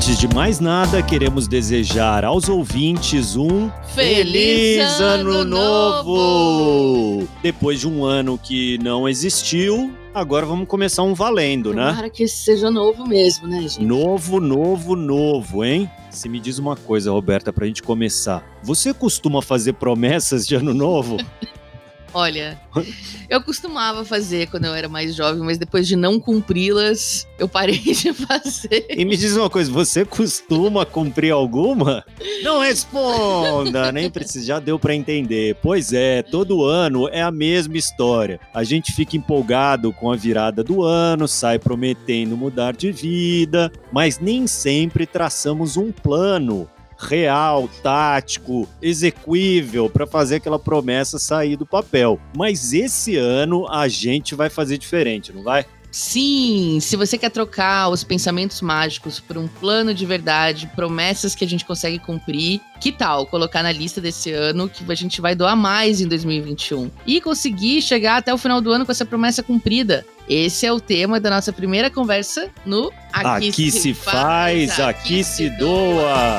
Antes de mais nada, queremos desejar aos ouvintes um Feliz Ano Novo! Depois de um ano que não existiu, agora vamos começar um valendo, né? Tomara que esse seja novo mesmo, né, gente? Novo, hein? Você me diz uma coisa, Roberta, pra gente começar. Você costuma fazer promessas de ano novo? Olha, eu costumava fazer quando eu era mais jovem, mas depois de não cumpri-las, eu parei de fazer. E me diz uma coisa, você costuma cumprir alguma? Não responda, nem precisa, já deu pra entender. Pois é, todo ano é a mesma história. A gente fica empolgado com a virada do ano, sai prometendo mudar de vida, mas nem sempre traçamos um plano real, tático, execuível para fazer aquela promessa sair do papel. Mas esse ano a gente vai fazer diferente, não vai? Sim, se você quer trocar os pensamentos mágicos por um plano de verdade, promessas que a gente consegue cumprir, que tal colocar na lista desse ano que a gente vai doar mais em 2021 e conseguir chegar até o final do ano com essa promessa cumprida? Esse é o tema da nossa primeira conversa no Aqui se faz, aqui se doa.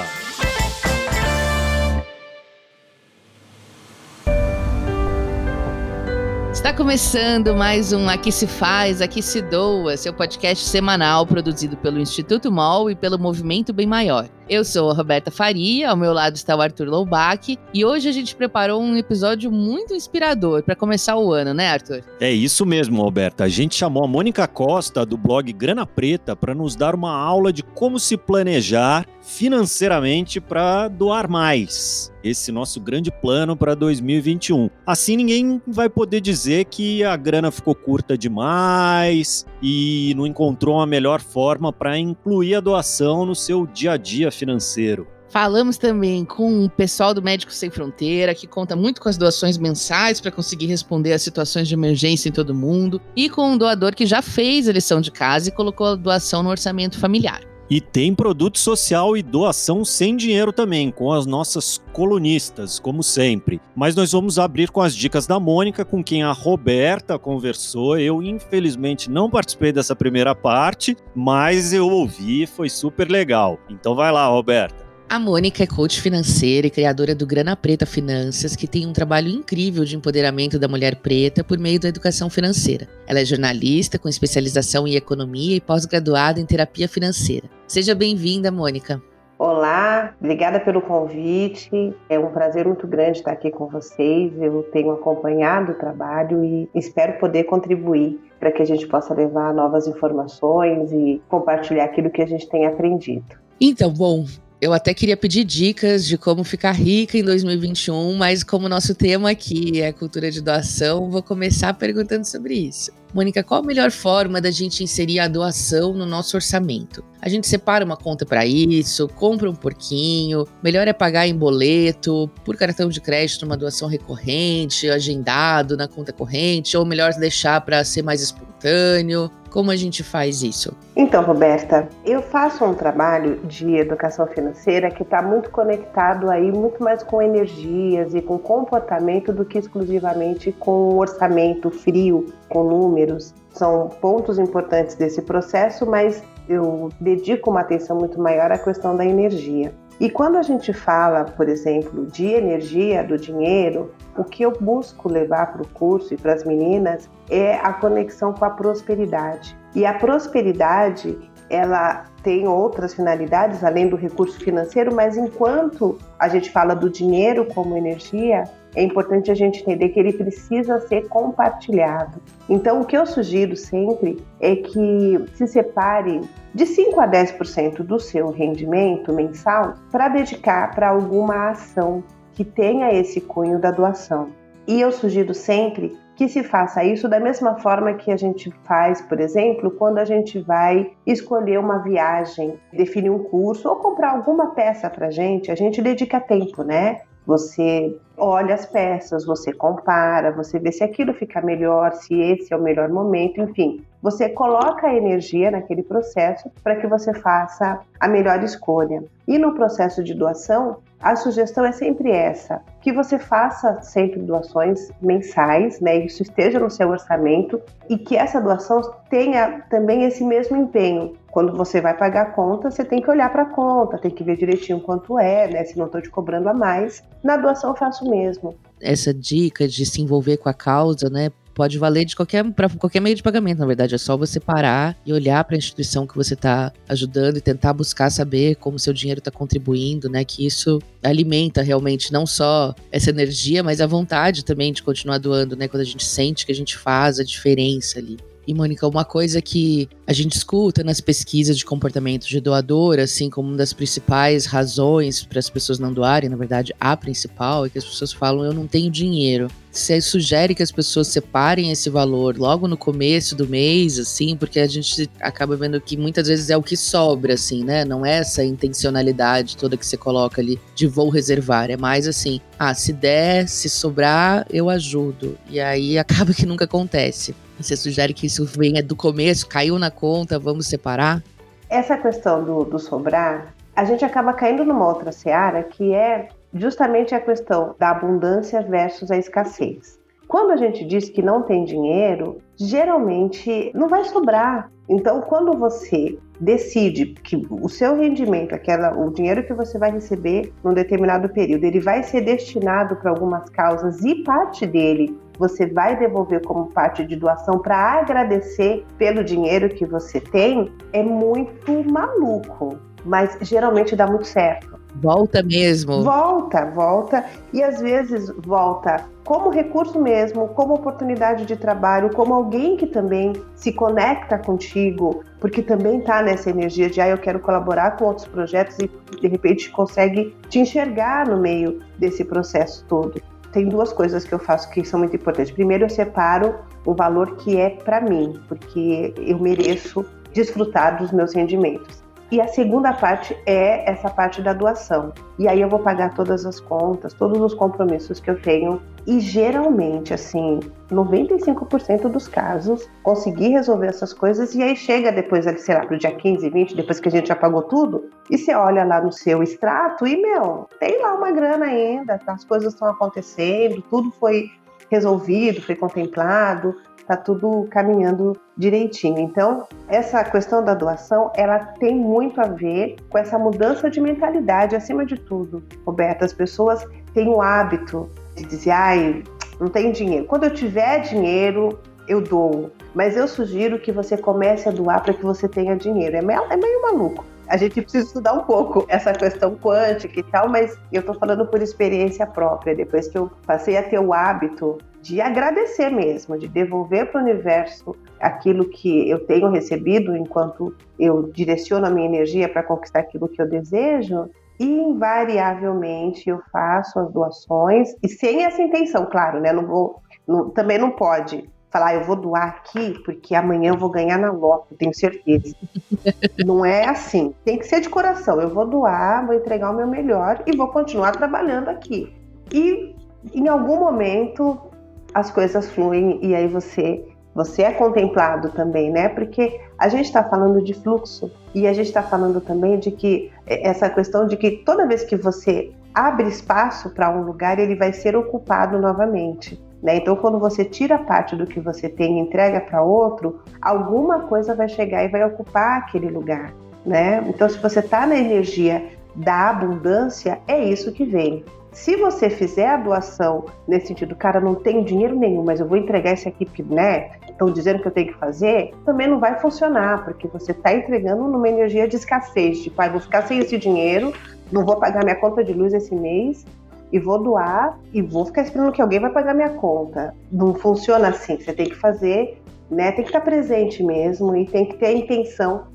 Está começando mais um Aqui se faz, aqui se doa, seu podcast semanal produzido pelo Instituto MOL e pelo Movimento Bem Maior. Eu sou a Roberta Faria, ao meu lado está o Arthur Loubach, e hoje a gente preparou um episódio muito inspirador para começar o ano, né, Arthur? É isso mesmo, Roberta. A gente chamou a Mônica Costa, do blog Grana Preta, para nos dar uma aula de como se planejar financeiramente para doar mais. Esse nosso grande plano para 2021. Assim ninguém vai poder dizer que a grana ficou curta demais e não encontrou uma melhor forma para incluir a doação no seu dia a dia financeiro. Falamos também com o pessoal do Médicos Sem Fronteira, que conta muito com as doações mensais para conseguir responder às situações de emergência em todo mundo, e com um doador que já fez a lição de casa e colocou a doação no orçamento familiar. E tem produto social e doação sem dinheiro também, com as nossas colunistas, como sempre. Mas nós vamos abrir com as dicas da Mônica, com quem a Roberta conversou. Eu, infelizmente, não participei dessa primeira parte, mas eu ouvi, foi super legal. Então vai lá, Roberta. A Mônica é coach financeira e criadora do Grana Preta Finanças, que tem um trabalho incrível de empoderamento da mulher preta por meio da educação financeira. Ela é jornalista com especialização em economia e pós-graduada em terapia financeira. Seja bem-vinda, Mônica. Olá, obrigada pelo convite. É um prazer muito grande estar aqui com vocês. Eu tenho acompanhado o trabalho e espero poder contribuir para que a gente possa levar novas informações e compartilhar aquilo que a gente tem aprendido. Então, bom, eu até queria pedir dicas de como ficar rica em 2021, mas como nosso tema aqui é cultura de doação, vou começar perguntando sobre isso. Mônica, qual a melhor forma da gente inserir a doação no nosso orçamento? A gente separa uma conta para isso, compra um porquinho, melhor é pagar em boleto, por cartão de crédito, uma doação recorrente, agendado na conta corrente, ou melhor deixar para ser mais espontâneo? Como a gente faz isso? Então, Roberta, eu faço um trabalho de educação financeira que está muito conectado aí, muito mais com energias e com comportamento do que exclusivamente com o orçamento frio, com números. São pontos importantes desse processo, mas eu dedico uma atenção muito maior à questão da energia. E quando a gente fala, por exemplo, de energia, do dinheiro, o que eu busco levar para o curso e para as meninas é a conexão com a prosperidade. E a prosperidade, ela tem outras finalidades além do recurso financeiro, mas enquanto a gente fala do dinheiro como energia, é importante a gente entender que ele precisa ser compartilhado. Então, o que eu sugiro sempre é que se separe de 5 a 10% do seu rendimento mensal para dedicar para alguma ação que tenha esse cunho da doação. E eu sugiro sempre que se faça isso da mesma forma que a gente faz, por exemplo, quando a gente vai escolher uma viagem, definir um curso ou comprar alguma peça para a gente dedica tempo, né? Você olha as peças, você compara, você vê se aquilo fica melhor, se esse é o melhor momento, enfim. Você coloca a energia naquele processo para que você faça a melhor escolha. E no processo de doação, a sugestão é sempre essa, que você faça sempre doações mensais, né? Isso esteja no seu orçamento e que essa doação tenha também esse mesmo empenho. Quando você vai pagar a conta, você tem que olhar para a conta, tem que ver direitinho quanto é, né? Se não estou te cobrando a mais. Na doação eu faço o mesmo. Essa dica de se envolver com a causa, né? Pode valer para qualquer meio de pagamento, na verdade. É só você parar e olhar para a instituição que você está ajudando e tentar buscar saber como seu dinheiro está contribuindo, né? Que isso alimenta realmente não só essa energia, mas a vontade também de continuar doando, né? Quando a gente sente que a gente faz a diferença ali. E, Mônica, uma coisa que a gente escuta nas pesquisas de comportamento de doador, assim, como uma das principais razões para as pessoas não doarem, na verdade, a principal é que as pessoas falam, eu não tenho dinheiro. Você sugere que as pessoas separem esse valor logo no começo do mês, assim, porque a gente acaba vendo que muitas vezes é o que sobra, assim, né? Não é essa intencionalidade toda que você coloca ali de vou reservar, é mais assim, se der, se sobrar, eu ajudo. E aí acaba que nunca acontece. Você sugere que isso venha do começo, caiu na conta, vamos separar? Essa questão do sobrar, a gente acaba caindo numa outra seara que é justamente a questão da abundância versus a escassez. Quando a gente diz que não tem dinheiro, geralmente não vai sobrar. Então, quando você decide que o seu rendimento, o dinheiro que você vai receber num determinado período, ele vai ser destinado para algumas causas e parte dele você vai devolver como parte de doação para agradecer pelo dinheiro que você tem, é muito maluco, mas geralmente dá muito certo. Volta mesmo. Volta. E às vezes volta como recurso mesmo, como oportunidade de trabalho, como alguém que também se conecta contigo, porque também está nessa energia de eu quero colaborar com outros projetos e de repente consegue te enxergar no meio desse processo todo. Tem duas coisas que eu faço que são muito importantes. Primeiro, eu separo o valor que é para mim, porque eu mereço desfrutar dos meus rendimentos. E a segunda parte é essa parte da doação. E aí eu vou pagar todas as contas, todos os compromissos que eu tenho. E geralmente, assim, 95% dos casos, consegui resolver essas coisas. E aí chega depois, sei lá, pro dia 15, 20, depois que a gente já pagou tudo. E você olha lá no seu extrato e, tem lá uma grana ainda. As coisas estão acontecendo, tudo foi resolvido, foi contemplado. Tá tudo caminhando direitinho. Então, essa questão da doação, ela tem muito a ver com essa mudança de mentalidade, acima de tudo. Roberta, as pessoas têm o hábito de dizer, não tenho dinheiro. Quando eu tiver dinheiro, eu dou. Mas eu sugiro que você comece a doar para que você tenha dinheiro. É meio maluco. A gente precisa estudar um pouco essa questão quântica e tal, mas eu tô falando por experiência própria. Depois que eu passei a ter o hábito de agradecer mesmo, de devolver para o universo aquilo que eu tenho recebido enquanto eu direciono a minha energia para conquistar aquilo que eu desejo, invariavelmente eu faço as doações, e sem essa intenção, claro, né? Também não pode falar, eu vou doar aqui porque amanhã eu vou ganhar na loto, tenho certeza. Não é assim, tem que ser de coração. Eu vou doar, vou entregar o meu melhor e vou continuar trabalhando aqui. E em algum momento as coisas fluem e aí você é contemplado também, né? Porque a gente está falando de fluxo e a gente está falando também de que essa questão de que toda vez que você abre espaço para um lugar, ele vai ser ocupado novamente, né? Então, quando você tira parte do que você tem e entrega para outro, alguma coisa vai chegar e vai ocupar aquele lugar, né? Então, se você está na energia da abundância, é isso que vem. Se você fizer a doação nesse sentido, cara, não tenho dinheiro nenhum, mas eu vou entregar isso aqui porque, né, estão dizendo que eu tenho que fazer, também não vai funcionar, porque você está entregando numa energia de escassez, tipo, vou ficar sem esse dinheiro, não vou pagar minha conta de luz esse mês, e vou doar, e vou ficar esperando que alguém vai pagar minha conta. Não funciona assim, você tem que fazer, né, tem que estar presente mesmo, e tem que ter a intenção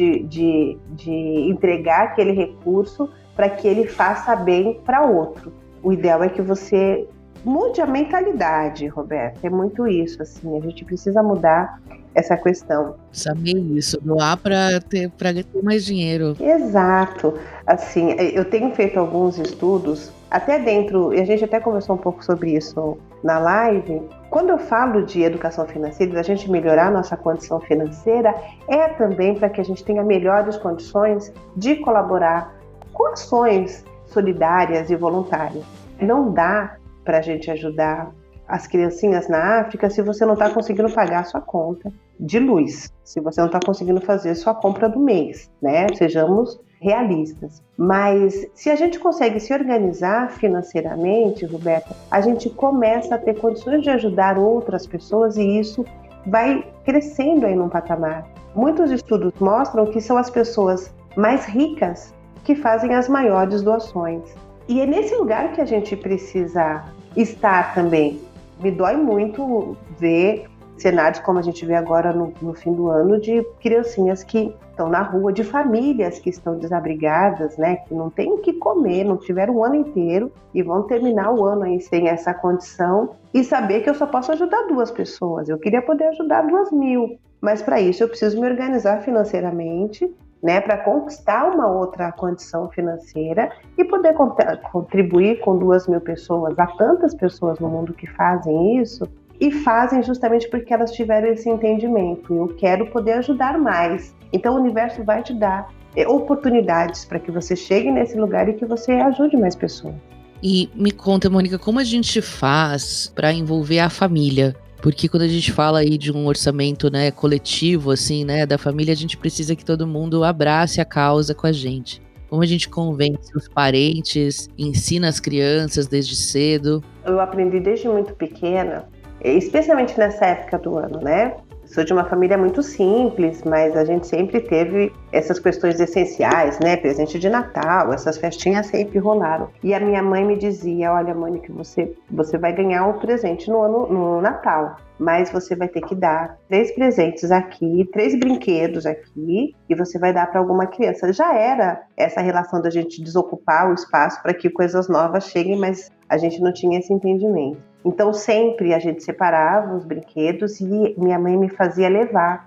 de entregar aquele recurso para que ele faça bem para outro. O ideal é que você mude a mentalidade, Roberta. É muito isso, assim. A gente precisa mudar essa questão. Saber isso, doar para ter mais dinheiro. Exato. Assim, eu tenho feito alguns estudos, até dentro, e a gente até conversou um pouco sobre isso na live. Quando eu falo de educação financeira, da gente melhorar a nossa condição financeira, é também para que a gente tenha melhores condições de colaborar com ações solidárias e voluntárias. Não dá para a gente ajudar as criancinhas na África se você não está conseguindo pagar a sua conta de luz, se você não está conseguindo fazer sua compra do mês, né? Sejamos realistas. Mas se a gente consegue se organizar financeiramente, Roberta, a gente começa a ter condições de ajudar outras pessoas e isso vai crescendo aí num patamar. Muitos estudos mostram que são as pessoas mais ricas que fazem as maiores doações. E é nesse lugar que a gente precisa estar também. Me dói muito ver cenários como a gente vê agora no fim do ano, de criancinhas que estão na rua, de famílias que estão desabrigadas, né, que não têm o que comer, não tiveram o ano inteiro e vão terminar o ano aí sem essa condição e saber que eu só posso ajudar 2 pessoas. Eu queria poder ajudar 2.000, mas para isso eu preciso me organizar financeiramente, né, para conquistar uma outra condição financeira e poder contribuir com 2.000 pessoas. Há tantas pessoas no mundo que fazem isso e fazem justamente porque elas tiveram esse entendimento. Eu quero poder ajudar mais. Então o universo vai te dar oportunidades para que você chegue nesse lugar e que você ajude mais pessoas. E me conta, Mônica, como a gente faz para envolver a família? Porque quando a gente fala aí de um orçamento, né, coletivo, assim, né, da família, a gente precisa que todo mundo abrace a causa com a gente. Como a gente convence os parentes, ensina as crianças desde cedo? Eu aprendi desde muito pequena, especialmente nessa época do ano, né? Sou de uma família muito simples, mas a gente sempre teve essas questões essenciais, né? Presente de Natal, essas festinhas sempre rolaram. E a minha mãe me dizia, olha, Mônica, você vai ganhar um presente no Natal, mas você vai ter que dar 3 presentes aqui, 3 brinquedos aqui, e você vai dar para alguma criança. Já era essa relação da gente desocupar o espaço para que coisas novas cheguem, mas a gente não tinha esse entendimento. Então sempre a gente separava os brinquedos e minha mãe me fazia levar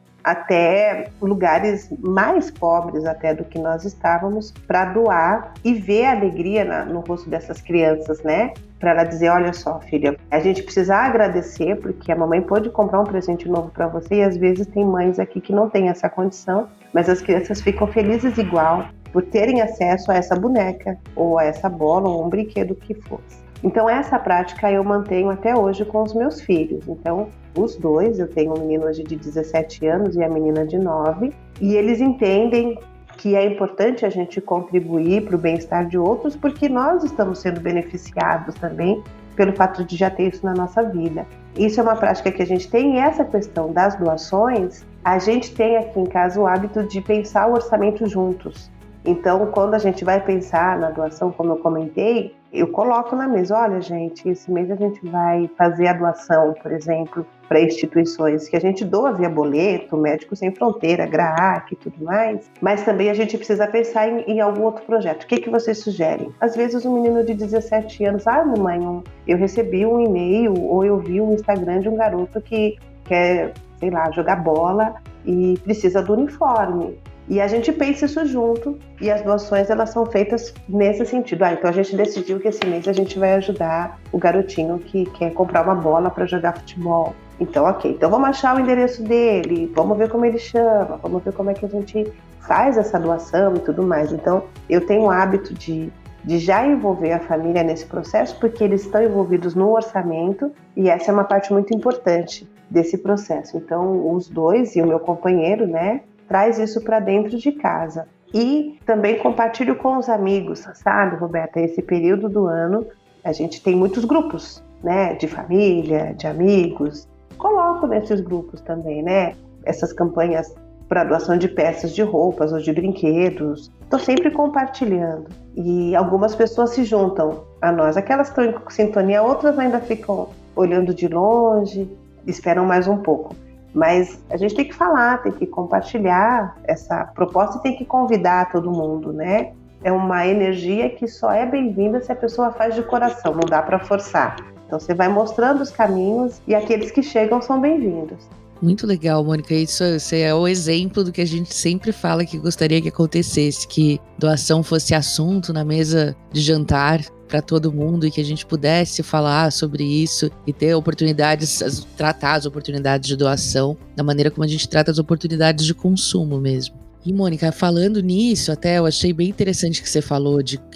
até lugares mais pobres até do que nós estávamos para doar e ver a alegria no rosto dessas crianças, né? Para ela dizer, olha só, filha, a gente precisa agradecer porque a mamãe pôde comprar um presente novo para você e às vezes tem mães aqui que não têm essa condição, mas as crianças ficam felizes igual por terem acesso a essa boneca ou a essa bola ou um brinquedo que fosse. Então essa prática eu mantenho até hoje com os meus filhos. Então os 2, eu tenho um menino hoje de 17 anos e a menina de 9, e eles entendem que é importante a gente contribuir para o bem-estar de outros, porque nós estamos sendo beneficiados também pelo fato de já ter isso na nossa vida. Isso é uma prática que a gente tem, e essa questão das doações, a gente tem aqui em casa o hábito de pensar o orçamento juntos. Então, quando a gente vai pensar na doação, como eu comentei, eu coloco na mesa, olha gente, esse mês a gente vai fazer a doação, por exemplo, para instituições que a gente doa via boleto, Médicos Sem Fronteira, GRAAC e tudo mais, mas também a gente precisa pensar em algum outro projeto. O que vocês sugerem? Às vezes um menino de 17 anos, mamãe, eu recebi um e-mail ou eu vi um Instagram de um garoto que quer, sei lá, jogar bola e precisa do uniforme. E a gente pensa isso junto e as doações elas são feitas nesse sentido. Então a gente decidiu que esse mês a gente vai ajudar o garotinho que quer comprar uma bola para jogar futebol. Então, ok, então vamos achar o endereço dele, vamos ver como ele chama, vamos ver como é que a gente faz essa doação e tudo mais. Então eu tenho o hábito de já envolver a família nesse processo, porque eles estão envolvidos no orçamento e essa é uma parte muito importante desse processo. Então os 2 e o meu companheiro, né, traz isso para dentro de casa. E também compartilho com os amigos, sabe, Roberta? Esse período do ano, a gente tem muitos grupos, né? De família, de amigos. Coloco nesses grupos também, né? Essas campanhas para doação de peças de roupas ou de brinquedos. Estou sempre compartilhando. E algumas pessoas se juntam a nós. Aquelas que estão em sintonia, outras ainda ficam olhando de longe, esperam mais um pouco. Mas a gente tem que falar, tem que compartilhar essa proposta e tem que convidar todo mundo, né? É uma energia que só é bem-vinda se a pessoa faz de coração, não dá para forçar. Então você vai mostrando os caminhos e aqueles que chegam são bem-vindos. Muito legal, Mônica. Isso é o exemplo do que a gente sempre fala que gostaria que acontecesse, que doação fosse assunto na mesa de jantar para todo mundo e que a gente pudesse falar sobre isso e ter oportunidades, tratar as oportunidades de doação da maneira como a gente trata as oportunidades de consumo mesmo. E, Mônica, falando nisso, até eu achei bem interessante que você falou de que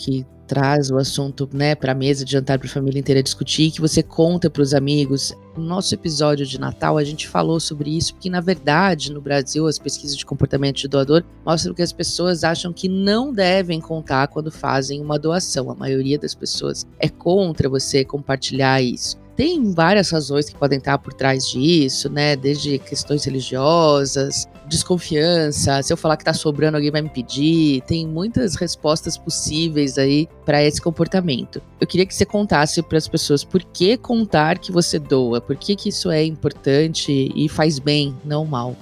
traz o assunto, né, para a mesa de jantar para a família inteira discutir, que você conta para os amigos. No nosso episódio de Natal, a gente falou sobre isso, porque na verdade, no Brasil, as pesquisas de comportamento de doador mostram que as pessoas acham que não devem contar quando fazem uma doação. A maioria das pessoas é contra você compartilhar isso. Tem várias razões que podem estar por trás disso, né? Desde questões religiosas, desconfiança, se eu falar que tá sobrando, alguém vai me pedir. Tem muitas respostas possíveis aí para esse comportamento. Eu queria que você contasse para as pessoas por que contar que você doa, por que isso é importante e faz bem, não mal.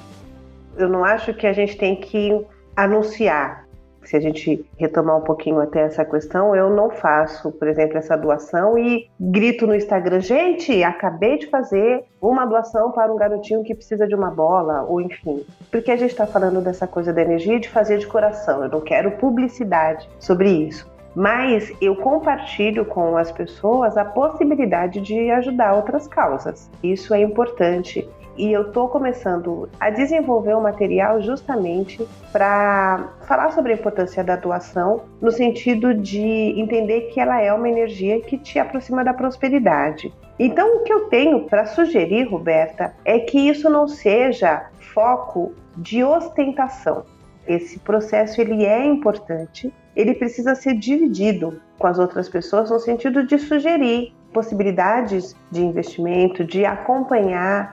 Eu não acho que a gente tem que anunciar. Se a gente retomar um pouquinho até essa questão, eu não faço, por exemplo, essa doação e grito no Instagram, gente, acabei de fazer uma doação para um garotinho que precisa de uma bola, ou enfim. Porque a gente está falando dessa coisa da energia de fazer de coração, eu não quero publicidade sobre isso. Mas eu compartilho com as pessoas a possibilidade de ajudar outras causas. Isso é importante. E eu estou começando a desenvolver um material justamente para falar sobre a importância da doação, no sentido de entender que ela é uma energia que te aproxima da prosperidade. Então, o que eu tenho para sugerir, Roberta, é que isso não seja foco de ostentação. Esse processo ele é importante, ele precisa ser dividido com as outras pessoas no sentido de sugerir possibilidades de investimento, de acompanhar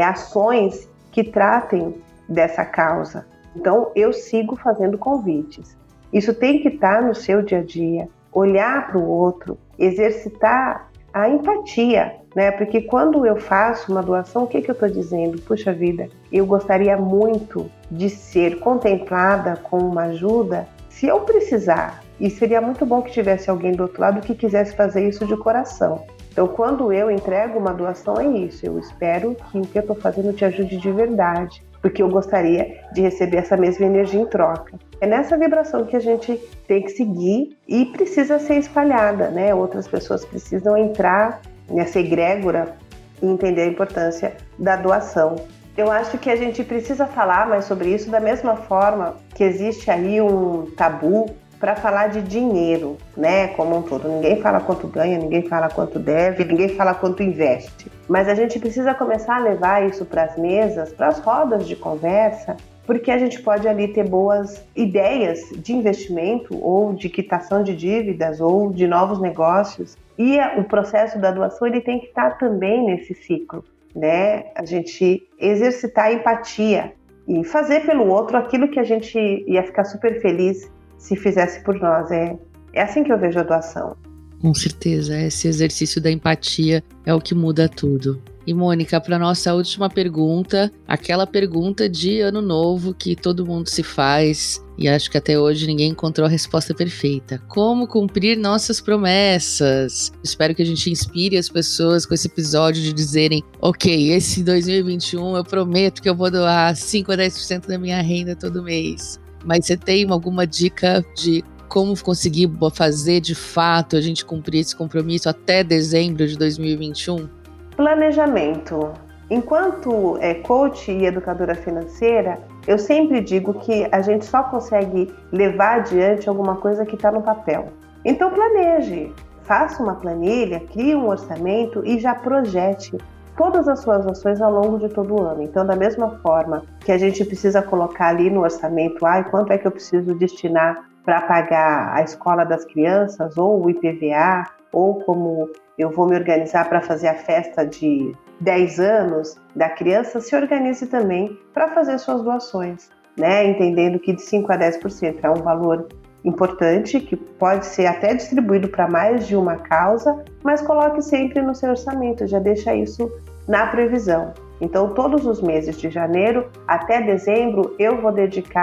ações que tratem dessa causa. Então, eu sigo fazendo convites. Isso tem que estar no seu dia a dia, olhar para o outro, exercitar a empatia, né? Porque quando eu faço uma doação, o que eu estou dizendo? Puxa vida, eu gostaria muito de ser contemplada com uma ajuda se eu precisar. E seria muito bom que tivesse alguém do outro lado que quisesse fazer isso de coração. Então, quando eu entrego uma doação, é isso. Eu espero que o que eu estou fazendo te ajude de verdade, porque eu gostaria de receber essa mesma energia em troca. É nessa vibração que a gente tem que seguir e precisa ser espalhada, né? Outras pessoas precisam entrar nessa egrégora e entender a importância da doação. Eu acho que a gente precisa falar mais sobre isso da mesma forma que existe aí um tabu para falar de dinheiro, né, como um todo. Ninguém fala quanto ganha, ninguém fala quanto deve, ninguém fala quanto investe. Mas a gente precisa começar a levar isso para as mesas, para as rodas de conversa, porque a gente pode ali ter boas ideias de investimento ou de quitação de dívidas ou de novos negócios. E o processo da doação ele tem que estar também nesse ciclo, né? A gente exercitar a empatia e fazer pelo outro aquilo que a gente ia ficar super feliz se fizesse por nós. É assim que eu vejo a doação. Com certeza, esse exercício da empatia é o que muda tudo. E Mônica, para nossa última pergunta, aquela pergunta de ano novo que todo mundo se faz e acho que até hoje ninguém encontrou a resposta perfeita. Como cumprir nossas promessas? Espero que a gente inspire as pessoas com esse episódio de dizerem, ok, esse 2021 eu prometo que eu vou doar 5 a 10% da minha renda todo mês. Mas você tem alguma dica de como conseguir fazer de fato a gente cumprir esse compromisso até dezembro de 2021? Planejamento. Enquanto coach e educadora financeira, eu sempre digo que a gente só consegue levar adiante alguma coisa que está no papel. Então planeje, faça uma planilha, crie um orçamento e já projete todas as suas ações ao longo de todo o ano. Então, da mesma forma que a gente precisa colocar ali no orçamento, quanto é que eu preciso destinar para pagar a escola das crianças, ou o IPVA, ou como eu vou me organizar para fazer a festa de 10 anos da criança, se organize também para fazer suas doações, né? Entendendo que de 5 a 10% é um valor importante, que pode ser até distribuído para mais de uma causa, mas coloque sempre no seu orçamento, já deixa isso na previsão. Então, todos os meses de janeiro até dezembro, eu vou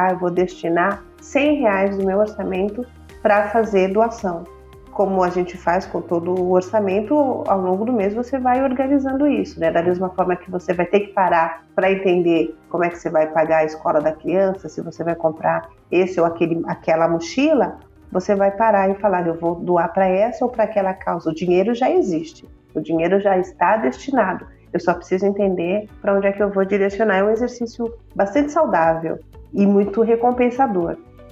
destinar R$100 do meu orçamento para fazer doação. Como a gente faz com todo o orçamento, ao longo do mês você vai organizando isso, né? Da mesma forma que você vai ter que parar para entender como é que você vai pagar a escola da criança, se você vai comprar esse ou aquela mochila, você vai parar e falar, eu vou doar para essa ou para aquela causa. O dinheiro já existe, o dinheiro já está destinado. Eu só preciso entender para onde é que eu vou direcionar. É um exercício bastante saudável e muito recompensador.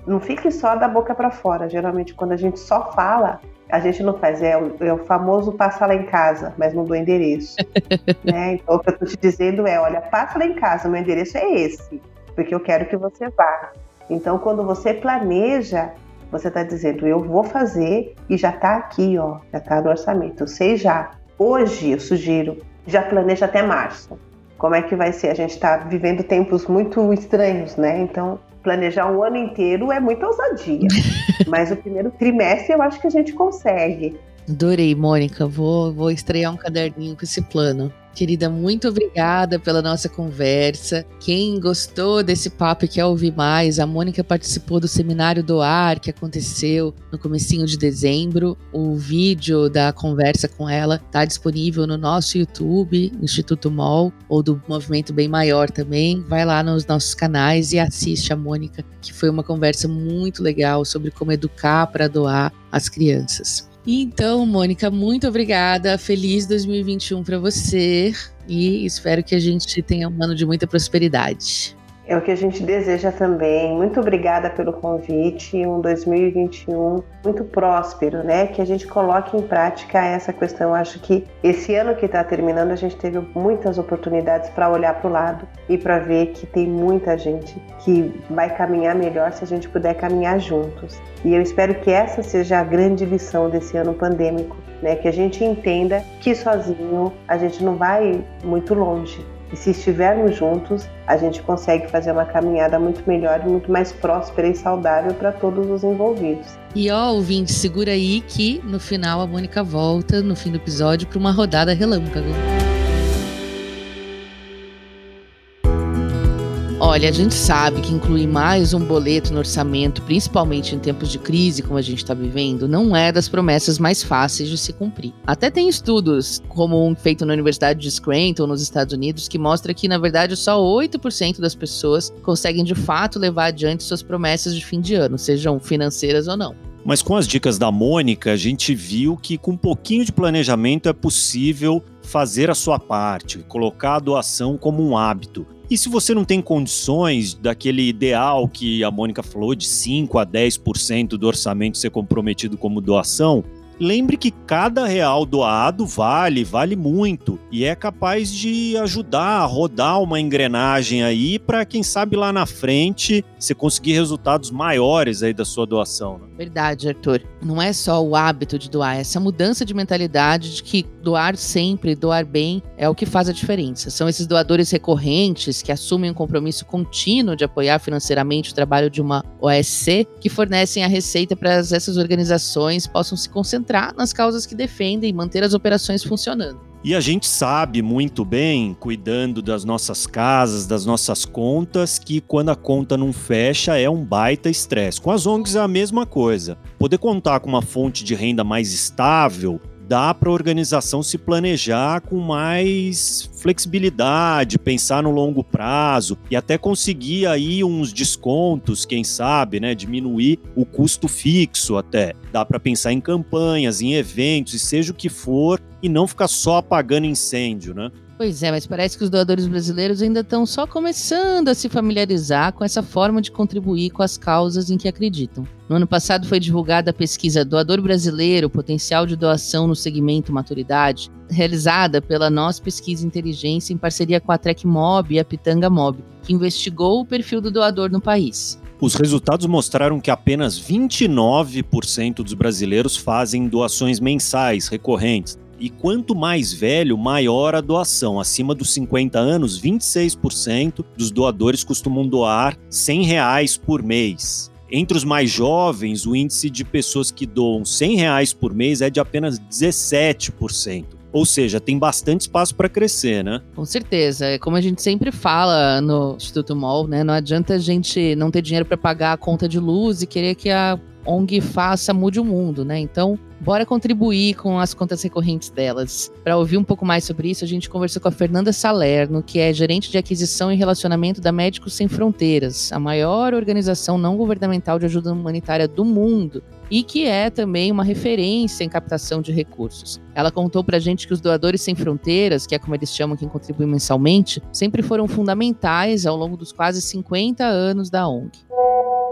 não fique só da boca para fora. Geralmente, quando a gente só fala, a gente não faz. É o famoso passa lá em casa, mas não dou endereço. Né? Então, o que eu estou te dizendo é, olha, passa lá em casa, meu endereço é esse, porque eu quero que você vá. Então, quando você planeja, você está dizendo, eu vou fazer e já está aqui, ó, já está no orçamento. Eu sei já. Hoje, eu sugiro, já planeja até março. Como é que vai ser? A gente está vivendo tempos muito estranhos, né? Então, planejar um ano inteiro é muita ousadia. Mas o primeiro trimestre eu acho que a gente consegue. Adorei, Mônica. Vou estrear um caderninho com esse plano. Querida, muito obrigada pela nossa conversa. Quem gostou desse papo e quer ouvir mais, a Mônica participou do Seminário Doar, que aconteceu no comecinho de dezembro. O vídeo da conversa com ela está disponível no nosso YouTube, Instituto MOL, ou do Movimento Bem Maior também. Vai lá nos nossos canais e assiste a Mônica, que foi uma conversa muito legal sobre como educar para doar as crianças. Então, Mônica, muito obrigada. Feliz 2021 para você e espero que a gente tenha um ano de muita prosperidade. É o que a gente deseja também. Muito obrigada pelo convite. Um 2021 muito próspero, né? Que a gente coloque em prática essa questão. Eu acho que esse ano que está terminando, a gente teve muitas oportunidades para olhar para o lado e para ver que tem muita gente que vai caminhar melhor se a gente puder caminhar juntos. E eu espero que essa seja a grande lição desse ano pandêmico, né? Que a gente entenda que sozinho a gente não vai muito longe. E se estivermos juntos, a gente consegue fazer uma caminhada muito melhor e muito mais próspera e saudável para todos os envolvidos. E ó, ouvinte, segura aí que no final a Mônica volta, no fim do episódio, para uma rodada relâmpago. Olha, a gente sabe que incluir mais um boleto no orçamento, principalmente em tempos de crise como a gente está vivendo, não é das promessas mais fáceis de se cumprir. Até tem estudos, como um feito na Universidade de Scranton, nos Estados Unidos, que mostra que, na verdade, só 8% das pessoas conseguem de fato levar adiante suas promessas de fim de ano, sejam financeiras ou não. Mas com as dicas da Mônica, a gente viu que com um pouquinho de planejamento é possível fazer a sua parte, colocar a doação como um hábito. E se você não tem condições daquele ideal que a Mônica falou de 5 a 10% do orçamento ser comprometido como doação, lembre que cada real doado vale muito e é capaz de ajudar a rodar uma engrenagem aí para quem sabe lá na frente você conseguir resultados maiores aí da sua doação, né? Verdade, Arthur. Não é só o hábito de doar, é essa mudança de mentalidade de que doar sempre, doar bem é o que faz a diferença. São esses doadores recorrentes que assumem um compromisso contínuo de apoiar financeiramente o trabalho de uma OSC que fornecem a receita para essas organizações possam se concentrar nas causas que defendem e manter as operações funcionando. E a gente sabe muito bem, cuidando das nossas casas, das nossas contas, que quando a conta não fecha é um baita estresse. Com as ONGs é a mesma coisa. Poder contar com uma fonte de renda mais estável dá para a organização se planejar com mais flexibilidade, pensar no longo prazo e até conseguir aí uns descontos, quem sabe, né, diminuir o custo fixo até. Dá para pensar em campanhas, em eventos e seja o que for e não ficar só apagando incêndio, né? Pois é, mas parece que os doadores brasileiros ainda estão só começando a se familiarizar com essa forma de contribuir com as causas em que acreditam. No ano passado foi divulgada a pesquisa Doador Brasileiro, Potencial de Doação no Segmento Maturidade, realizada pela Nós Pesquisa Inteligência em parceria com a Trecmob e a Pitanga Mob, que investigou o perfil do doador no país. Os resultados mostraram que apenas 29% dos brasileiros fazem doações mensais recorrentes. E quanto mais velho, maior a doação. Acima dos 50 anos, 26% dos doadores costumam doar R$100 por mês. Entre os mais jovens, o índice de pessoas que doam R$100 por mês é de apenas 17%. Ou seja, tem bastante espaço para crescer, né? Com certeza. Como a gente sempre fala no Instituto MOL, né? Não adianta a gente não ter dinheiro para pagar a conta de luz e querer que a ONG mude o mundo, né? Então, bora contribuir com as contas recorrentes delas. Para ouvir um pouco mais sobre isso, a gente conversou com a Fernanda Salerno, que é gerente de aquisição e relacionamento da Médicos Sem Fronteiras, a maior organização não governamental de ajuda humanitária do mundo, e que é também uma referência em captação de recursos. Ela contou pra gente que os doadores sem fronteiras, que é como eles chamam quem contribui mensalmente, sempre foram fundamentais ao longo dos quase 50 anos da ONG.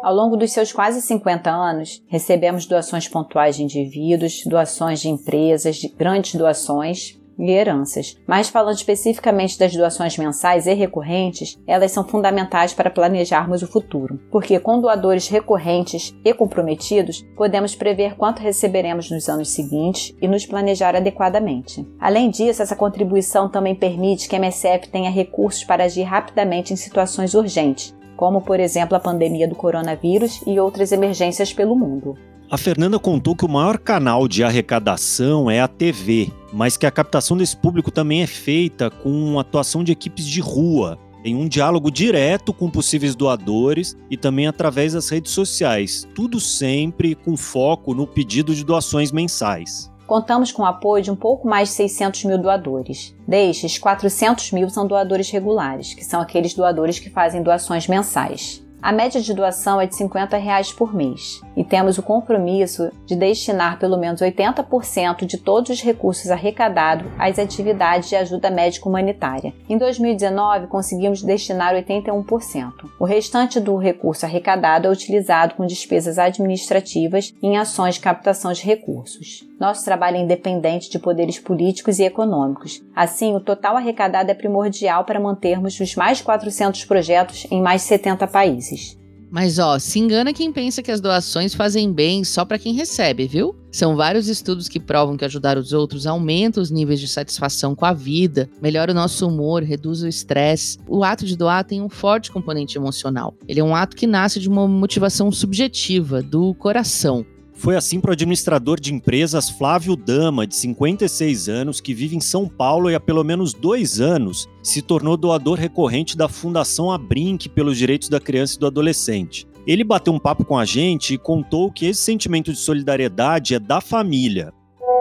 Ao longo dos seus quase 50 anos, recebemos doações pontuais de indivíduos, doações de empresas, de grandes doações e heranças. Mas falando especificamente das doações mensais e recorrentes, elas são fundamentais para planejarmos o futuro, porque com doadores recorrentes e comprometidos, podemos prever quanto receberemos nos anos seguintes e nos planejar adequadamente. Além disso, essa contribuição também permite que a MSF tenha recursos para agir rapidamente em situações urgentes, como, por exemplo, a pandemia do coronavírus e outras emergências pelo mundo. A Fernanda contou que o maior canal de arrecadação é a TV, mas que a captação desse público também é feita com atuação de equipes de rua. Tem um diálogo direto com possíveis doadores e também através das redes sociais, tudo sempre com foco no pedido de doações mensais. Contamos com o apoio de um pouco mais de 600 mil doadores. Destes, 400 mil são doadores regulares, que são aqueles doadores que fazem doações mensais. A média de doação é de R$ 50 por mês e temos o compromisso de destinar pelo menos 80% de todos os recursos arrecadados às atividades de ajuda médica humanitária. Em 2019, conseguimos destinar 81%. O restante do recurso arrecadado é utilizado com despesas administrativas e em ações de captação de recursos. Nosso trabalho é independente de poderes políticos e econômicos. Assim, o total arrecadado é primordial para mantermos os mais de 400 projetos em mais de 70 países. Mas se engana quem pensa que as doações fazem bem só para quem recebe, viu? São vários estudos que provam que ajudar os outros aumenta os níveis de satisfação com a vida, melhora o nosso humor, reduz o estresse. O ato de doar tem um forte componente emocional. Ele é um ato que nasce de uma motivação subjetiva, do coração. Foi assim para o administrador de empresas Flávio Dama, de 56 anos, que vive em São Paulo e há pelo menos 2 anos se tornou doador recorrente da Fundação Abrinq pelos direitos da criança e do adolescente. Ele bateu um papo com a gente e contou que esse sentimento de solidariedade é da família.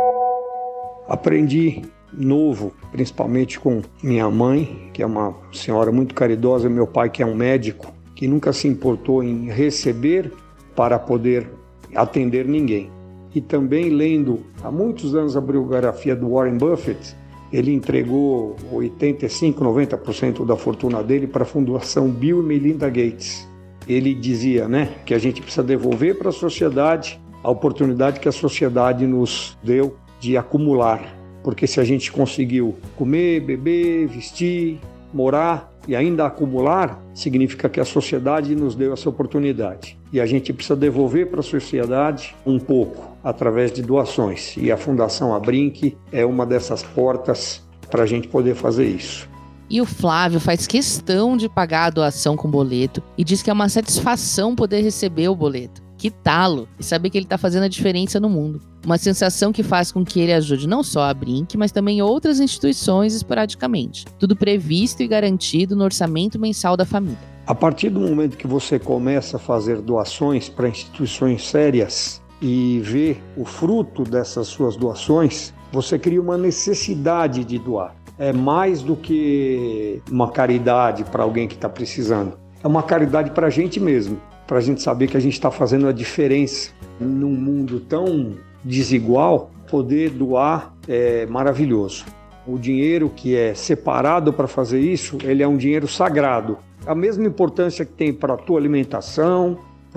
Aprendi novo, principalmente com minha mãe, que é uma senhora muito caridosa, meu pai, que é um médico, que nunca se importou em receber para poder atender ninguém. E também lendo há muitos anos a biografia do Warren Buffett, ele entregou 85, 90% da fortuna dele para a Fundação Bill e Melinda Gates. Ele dizia, que a gente precisa devolver para a sociedade a oportunidade que a sociedade nos deu de acumular. Porque se a gente conseguiu comer, beber, vestir, morar e ainda acumular, significa que a sociedade nos deu essa oportunidade. E a gente precisa devolver para a sociedade um pouco, através de doações. E a Fundação Abrinq é uma dessas portas para a gente poder fazer isso. E o Flávio faz questão de pagar a doação com boleto e diz que é uma satisfação poder receber o boleto, quitá-lo e saber que ele está fazendo a diferença no mundo. Uma sensação que faz com que ele ajude não só a Abrinq, mas também outras instituições esporadicamente. Tudo previsto e garantido no orçamento mensal da família. A partir do momento que você começa a fazer doações para instituições sérias e vê o fruto dessas suas doações, você cria uma necessidade de doar. É mais do que uma caridade para alguém que está precisando. É uma caridade para a gente mesmo, para a gente saber que a gente está fazendo a diferença. Num mundo tão desigual, poder doar é maravilhoso. O dinheiro que é separado para fazer isso, ele é um dinheiro sagrado. A mesma importância que tem para a tua alimentação,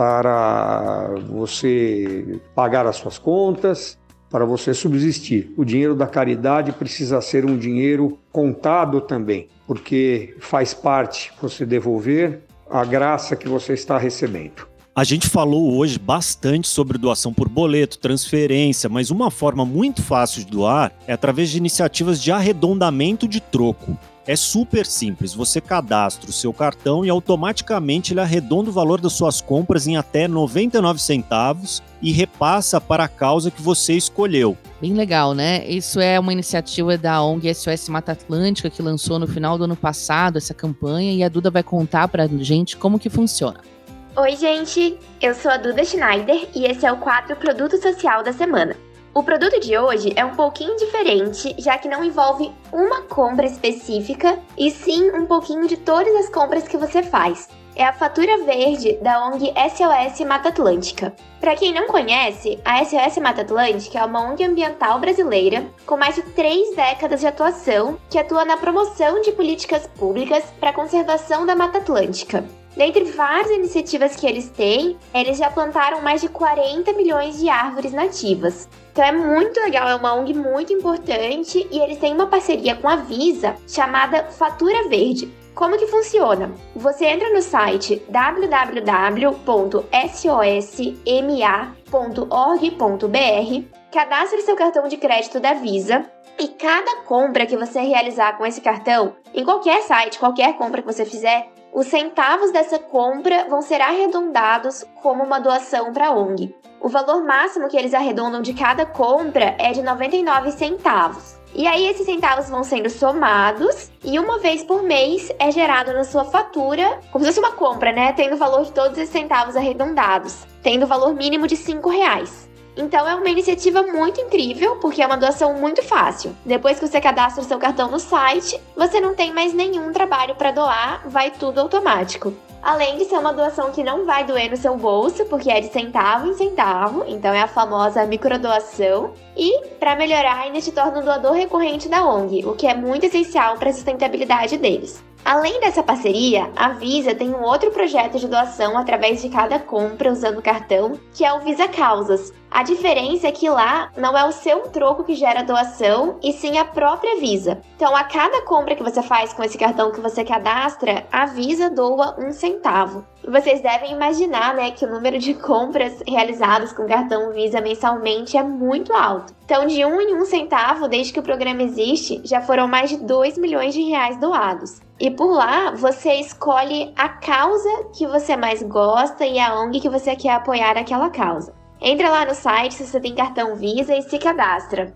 para você pagar as suas contas, para você subsistir. O dinheiro da caridade precisa ser um dinheiro contado também, porque faz parte você devolver a graça que você está recebendo. A gente falou hoje bastante sobre doação por boleto, transferência, mas uma forma muito fácil de doar é através de iniciativas de arredondamento de troco. É super simples, você cadastra o seu cartão e automaticamente ele arredonda o valor das suas compras em até 99 centavos e repassa para a causa que você escolheu. Bem legal, né? Isso é uma iniciativa da ONG SOS Mata Atlântica que lançou no final do ano passado essa campanha e a Duda vai contar pra gente como que funciona. Oi, gente! Eu sou a Duda Schneider e esse é o quadro Produto Social da Semana. O produto de hoje é um pouquinho diferente, já que não envolve uma compra específica, e sim um pouquinho de todas as compras que você faz. é a fatura verde da ONG SOS Mata Atlântica. Para quem não conhece, a SOS Mata Atlântica é uma ONG ambiental brasileira com mais de 3 décadas de atuação que atua na promoção de políticas públicas para a conservação da Mata Atlântica. Dentre várias iniciativas que eles têm, eles já plantaram mais de 40 milhões de árvores nativas. Então é muito legal, é uma ONG muito importante e eles têm uma parceria com a Visa chamada Fatura Verde. Como que funciona? Você entra no site www.sosma.org.br, cadastra seu cartão de crédito da Visa e cada compra que você realizar com esse cartão, em qualquer site, qualquer compra que você fizer, os centavos dessa compra vão ser arredondados como uma doação para a ONG. O valor máximo que eles arredondam de cada compra é de 99 centavos. E aí esses centavos vão sendo somados e uma vez por mês é gerado na sua fatura, como se fosse uma compra, né? Tendo o valor de todos esses centavos arredondados, tendo o valor mínimo de R$5. Então é uma iniciativa muito incrível, porque é uma doação muito fácil. Depois que você cadastra o seu cartão no site, você não tem mais nenhum trabalho para doar, vai tudo automático. Além de ser uma doação que não vai doer no seu bolso, porque é de centavo em centavo, então é a famosa microdoação. E, para melhorar, ainda te torna um doador recorrente da ONG, o que é muito essencial para a sustentabilidade deles. Além dessa parceria, a Visa tem um outro projeto de doação através de cada compra usando o cartão, que é o Visa Causas. A diferença é que lá não é o seu troco que gera a doação, e sim a própria Visa. Então, a cada compra que você faz com esse cartão que você cadastra, a Visa doa 1 centavo. E vocês devem imaginar, né, que o número de compras realizadas com cartão Visa mensalmente é muito alto. Então, de 1 em 1 centavo, desde que o programa existe, já foram mais de 2 milhões de reais doados. E por lá, você escolhe a causa que você mais gosta e a ONG que você quer apoiar aquela causa. Entra lá no site se você tem cartão Visa e se cadastra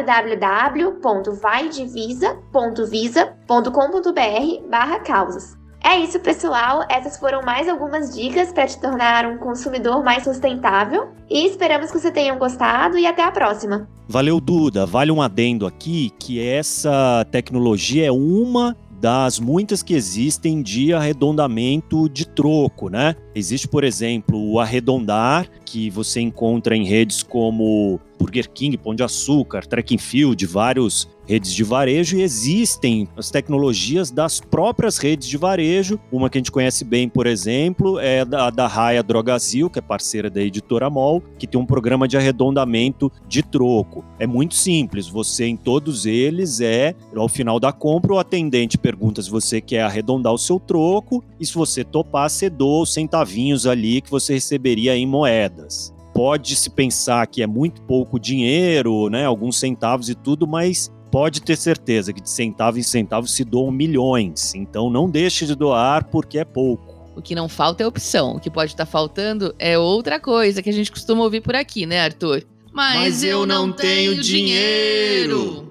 www.vaidevisa.visa.com.br/causas. É isso, pessoal. Essas foram mais algumas dicas para te tornar um consumidor mais sustentável e esperamos que você tenham gostado e até a próxima. Valeu, Duda. Vale um adendo aqui que essa tecnologia é uma das muitas que existem de arredondamento de troco, né? Existe, por exemplo, o arredondar, que você encontra em redes como Burger King, Pão de Açúcar, Track and Field, várias redes de varejo, e existem as tecnologias das próprias redes de varejo. Uma que a gente conhece bem, por exemplo, é a da Raia Drogasil, que é parceira da Editora MOL, que tem um programa de arredondamento de troco. É muito simples, você em todos eles ao final da compra, o atendente pergunta se você quer arredondar o seu troco, e se você topar, você doa os centavinhos ali que você receberia em moedas. Pode-se pensar que é muito pouco dinheiro, né, alguns centavos e tudo, mas pode ter certeza que de centavo em centavo se doam milhões. Então não deixe de doar porque é pouco. O que não falta é opção. O que pode estar faltando é outra coisa que a gente costuma ouvir por aqui, né, Arthur? Mas eu não tenho dinheiro!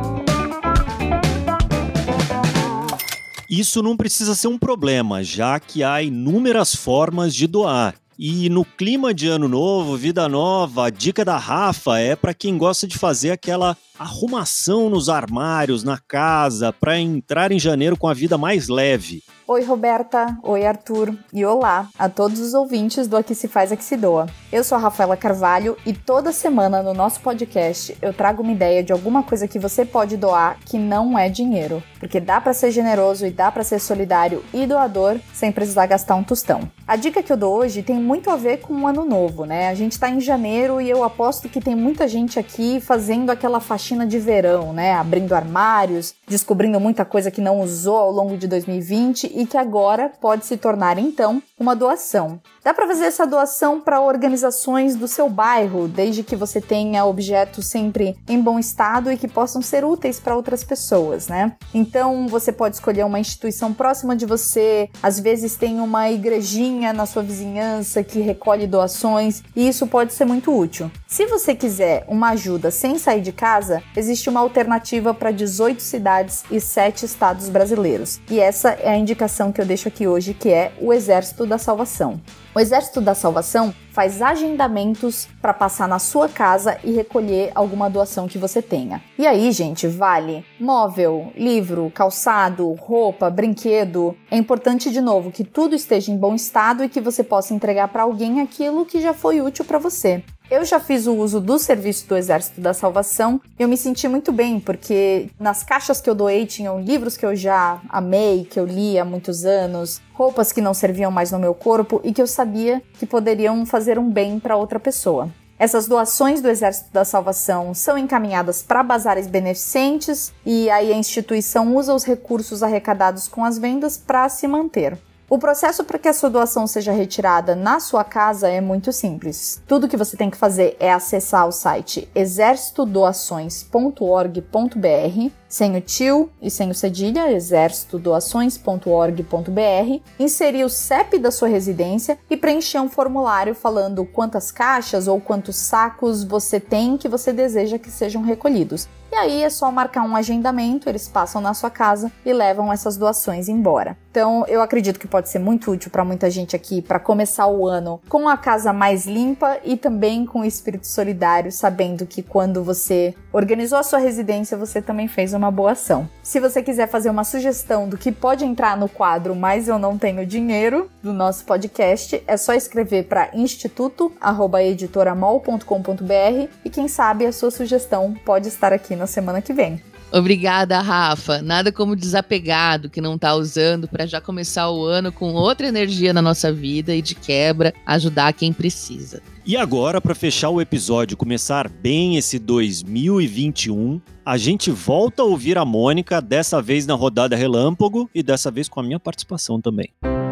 Isso não precisa ser um problema, já que há inúmeras formas de doar. E no clima de ano novo, vida nova, a dica da Rafa é para quem gosta de fazer aquela arrumação nos armários, na casa, para entrar em janeiro com a vida mais leve. Oi, Roberta. Oi, Arthur. E olá a todos os ouvintes do Aqui Se Faz, Aqui Se Doa. Eu sou a Rafaela Carvalho e toda semana no nosso podcast eu trago uma ideia de alguma coisa que você pode doar que não é dinheiro. Porque dá para ser generoso e dá para ser solidário e doador sem precisar gastar um tostão. A dica que eu dou hoje tem muito a ver com o ano novo, né? A gente tá em janeiro e eu aposto que tem muita gente aqui fazendo aquela faxina de verão, né? Abrindo armários, descobrindo muita coisa que não usou ao longo de 2020 e que agora pode se tornar, então, uma doação. Dá para fazer essa doação para organizações do seu bairro, desde que você tenha objetos sempre em bom estado e que possam ser úteis para outras pessoas, né? Então, você pode escolher uma instituição próxima de você, às vezes tem uma igrejinha na sua vizinhança imprensa que recolhe doações e isso pode ser muito útil. Se você quiser uma ajuda sem sair de casa, existe uma alternativa para 18 cidades e 7 estados brasileiros. E essa é a indicação que eu deixo aqui hoje, que é o Exército da Salvação. O Exército da Salvação faz agendamentos para passar na sua casa e recolher alguma doação que você tenha. E aí, gente, vale móvel, livro, calçado, roupa, brinquedo. É importante, de novo, que tudo esteja em bom estado e que você possa entregar para alguém aquilo que já foi útil para você. Eu já fiz o uso do serviço do Exército da Salvação e eu me senti muito bem, porque nas caixas que eu doei tinham livros que eu já amei, que eu li há muitos anos, roupas que não serviam mais no meu corpo e que eu sabia que poderiam fazer um bem para outra pessoa. Essas doações do Exército da Salvação são encaminhadas para bazares beneficentes e aí a instituição usa os recursos arrecadados com as vendas para se manter. O processo para que a sua doação seja retirada na sua casa é muito simples. Tudo que você tem que fazer é acessar o site exercitodoações.org.br, sem o tio e sem o cedilha, exercitodoações.org.br, inserir o CEP da sua residência e preencher um formulário falando quantas caixas ou quantos sacos você tem que você deseja que sejam recolhidos. E aí é só marcar um agendamento, eles passam na sua casa e levam essas doações embora. Então eu acredito que pode ser muito útil para muita gente aqui para começar o ano com a casa mais limpa e também com o espírito solidário, sabendo que quando você organizou a sua residência, você também fez uma boa ação. Se você quiser fazer uma sugestão do que pode entrar no quadro Mas Eu Não Tenho Dinheiro do nosso podcast, é só escrever para instituto@editoramol.com.br e quem sabe a sua sugestão pode estar aqui na semana que vem. Obrigada, Rafa. Nada como desapegado que não tá usando para já começar o ano com outra energia na nossa vida e de quebra ajudar quem precisa. E agora, para fechar o episódio, começar bem esse 2021, a gente volta a ouvir a Mônica, dessa vez na rodada Relâmpago e dessa vez com a minha participação também.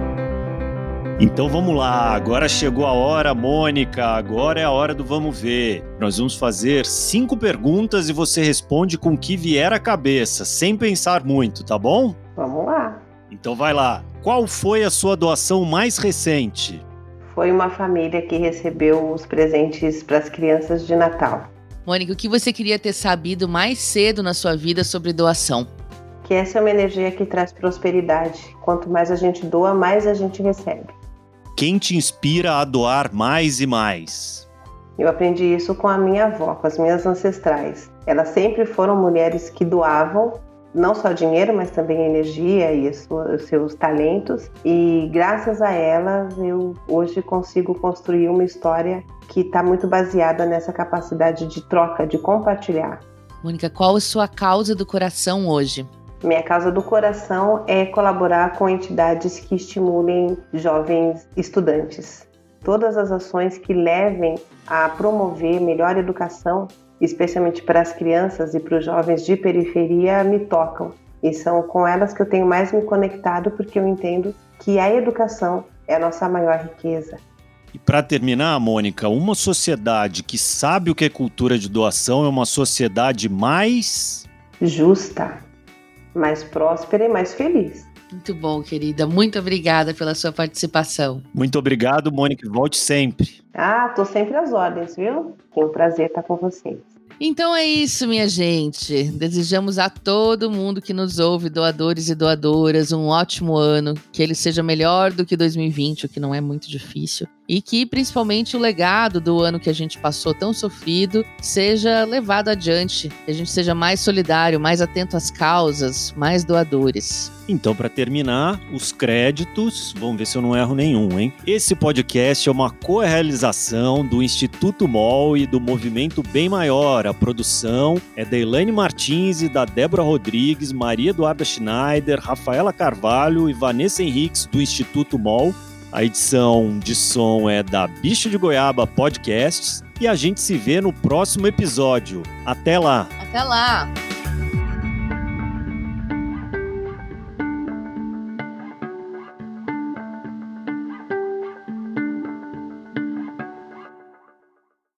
Então vamos lá, agora chegou a hora, Mônica, agora é a hora do vamos ver. Nós vamos fazer 5 perguntas e você responde com o que vier à cabeça, sem pensar muito, tá bom? Vamos lá. Então vai lá. Qual foi a sua doação mais recente? Foi uma família que recebeu os presentes para as crianças de Natal. Mônica, o que você queria ter sabido mais cedo na sua vida sobre doação? Que essa é uma energia que traz prosperidade. Quanto mais a gente doa, mais a gente recebe. Quem te inspira a doar mais e mais? Eu aprendi isso com a minha avó, com as minhas ancestrais. Elas sempre foram mulheres que doavam, não só dinheiro, mas também energia e os seus talentos. E graças a elas, eu hoje consigo construir uma história que está muito baseada nessa capacidade de troca, de compartilhar. Mônica, qual a sua causa do coração hoje? Minha causa do coração é colaborar com entidades que estimulem jovens estudantes. Todas as ações que levem a promover melhor educação, especialmente para as crianças e para os jovens de periferia, me tocam. E são com elas que eu tenho mais me conectado, porque eu entendo que a educação é a nossa maior riqueza. E para terminar, Mônica, uma sociedade que sabe o que é cultura de doação é uma sociedade mais justa, mais próspera e mais feliz. Muito bom, querida. Muito obrigada pela sua participação. Muito obrigado, Mônica. Volte sempre. Tô sempre às ordens, viu? É um prazer estar com vocês. Então é isso, minha gente. Desejamos a todo mundo que nos ouve, doadores e doadoras, um ótimo ano. Que ele seja melhor do que 2020, o que não é muito difícil. E que, principalmente, o legado do ano que a gente passou tão sofrido seja levado adiante. Que a gente seja mais solidário, mais atento às causas, mais doadores. Então, para terminar, os créditos, vamos ver se eu não erro nenhum, hein? Esse podcast é uma co-realização do Instituto MOL e do Movimento Bem Maior. A produção é da Elaine Martins e da Débora Rodrigues, Maria Eduarda Schneider, Rafaela Carvalho e Vanessa Henriques, do Instituto MOL. A edição de som é da Bicho de Goiaba Podcasts e a gente se vê no próximo episódio. Até lá! Até lá!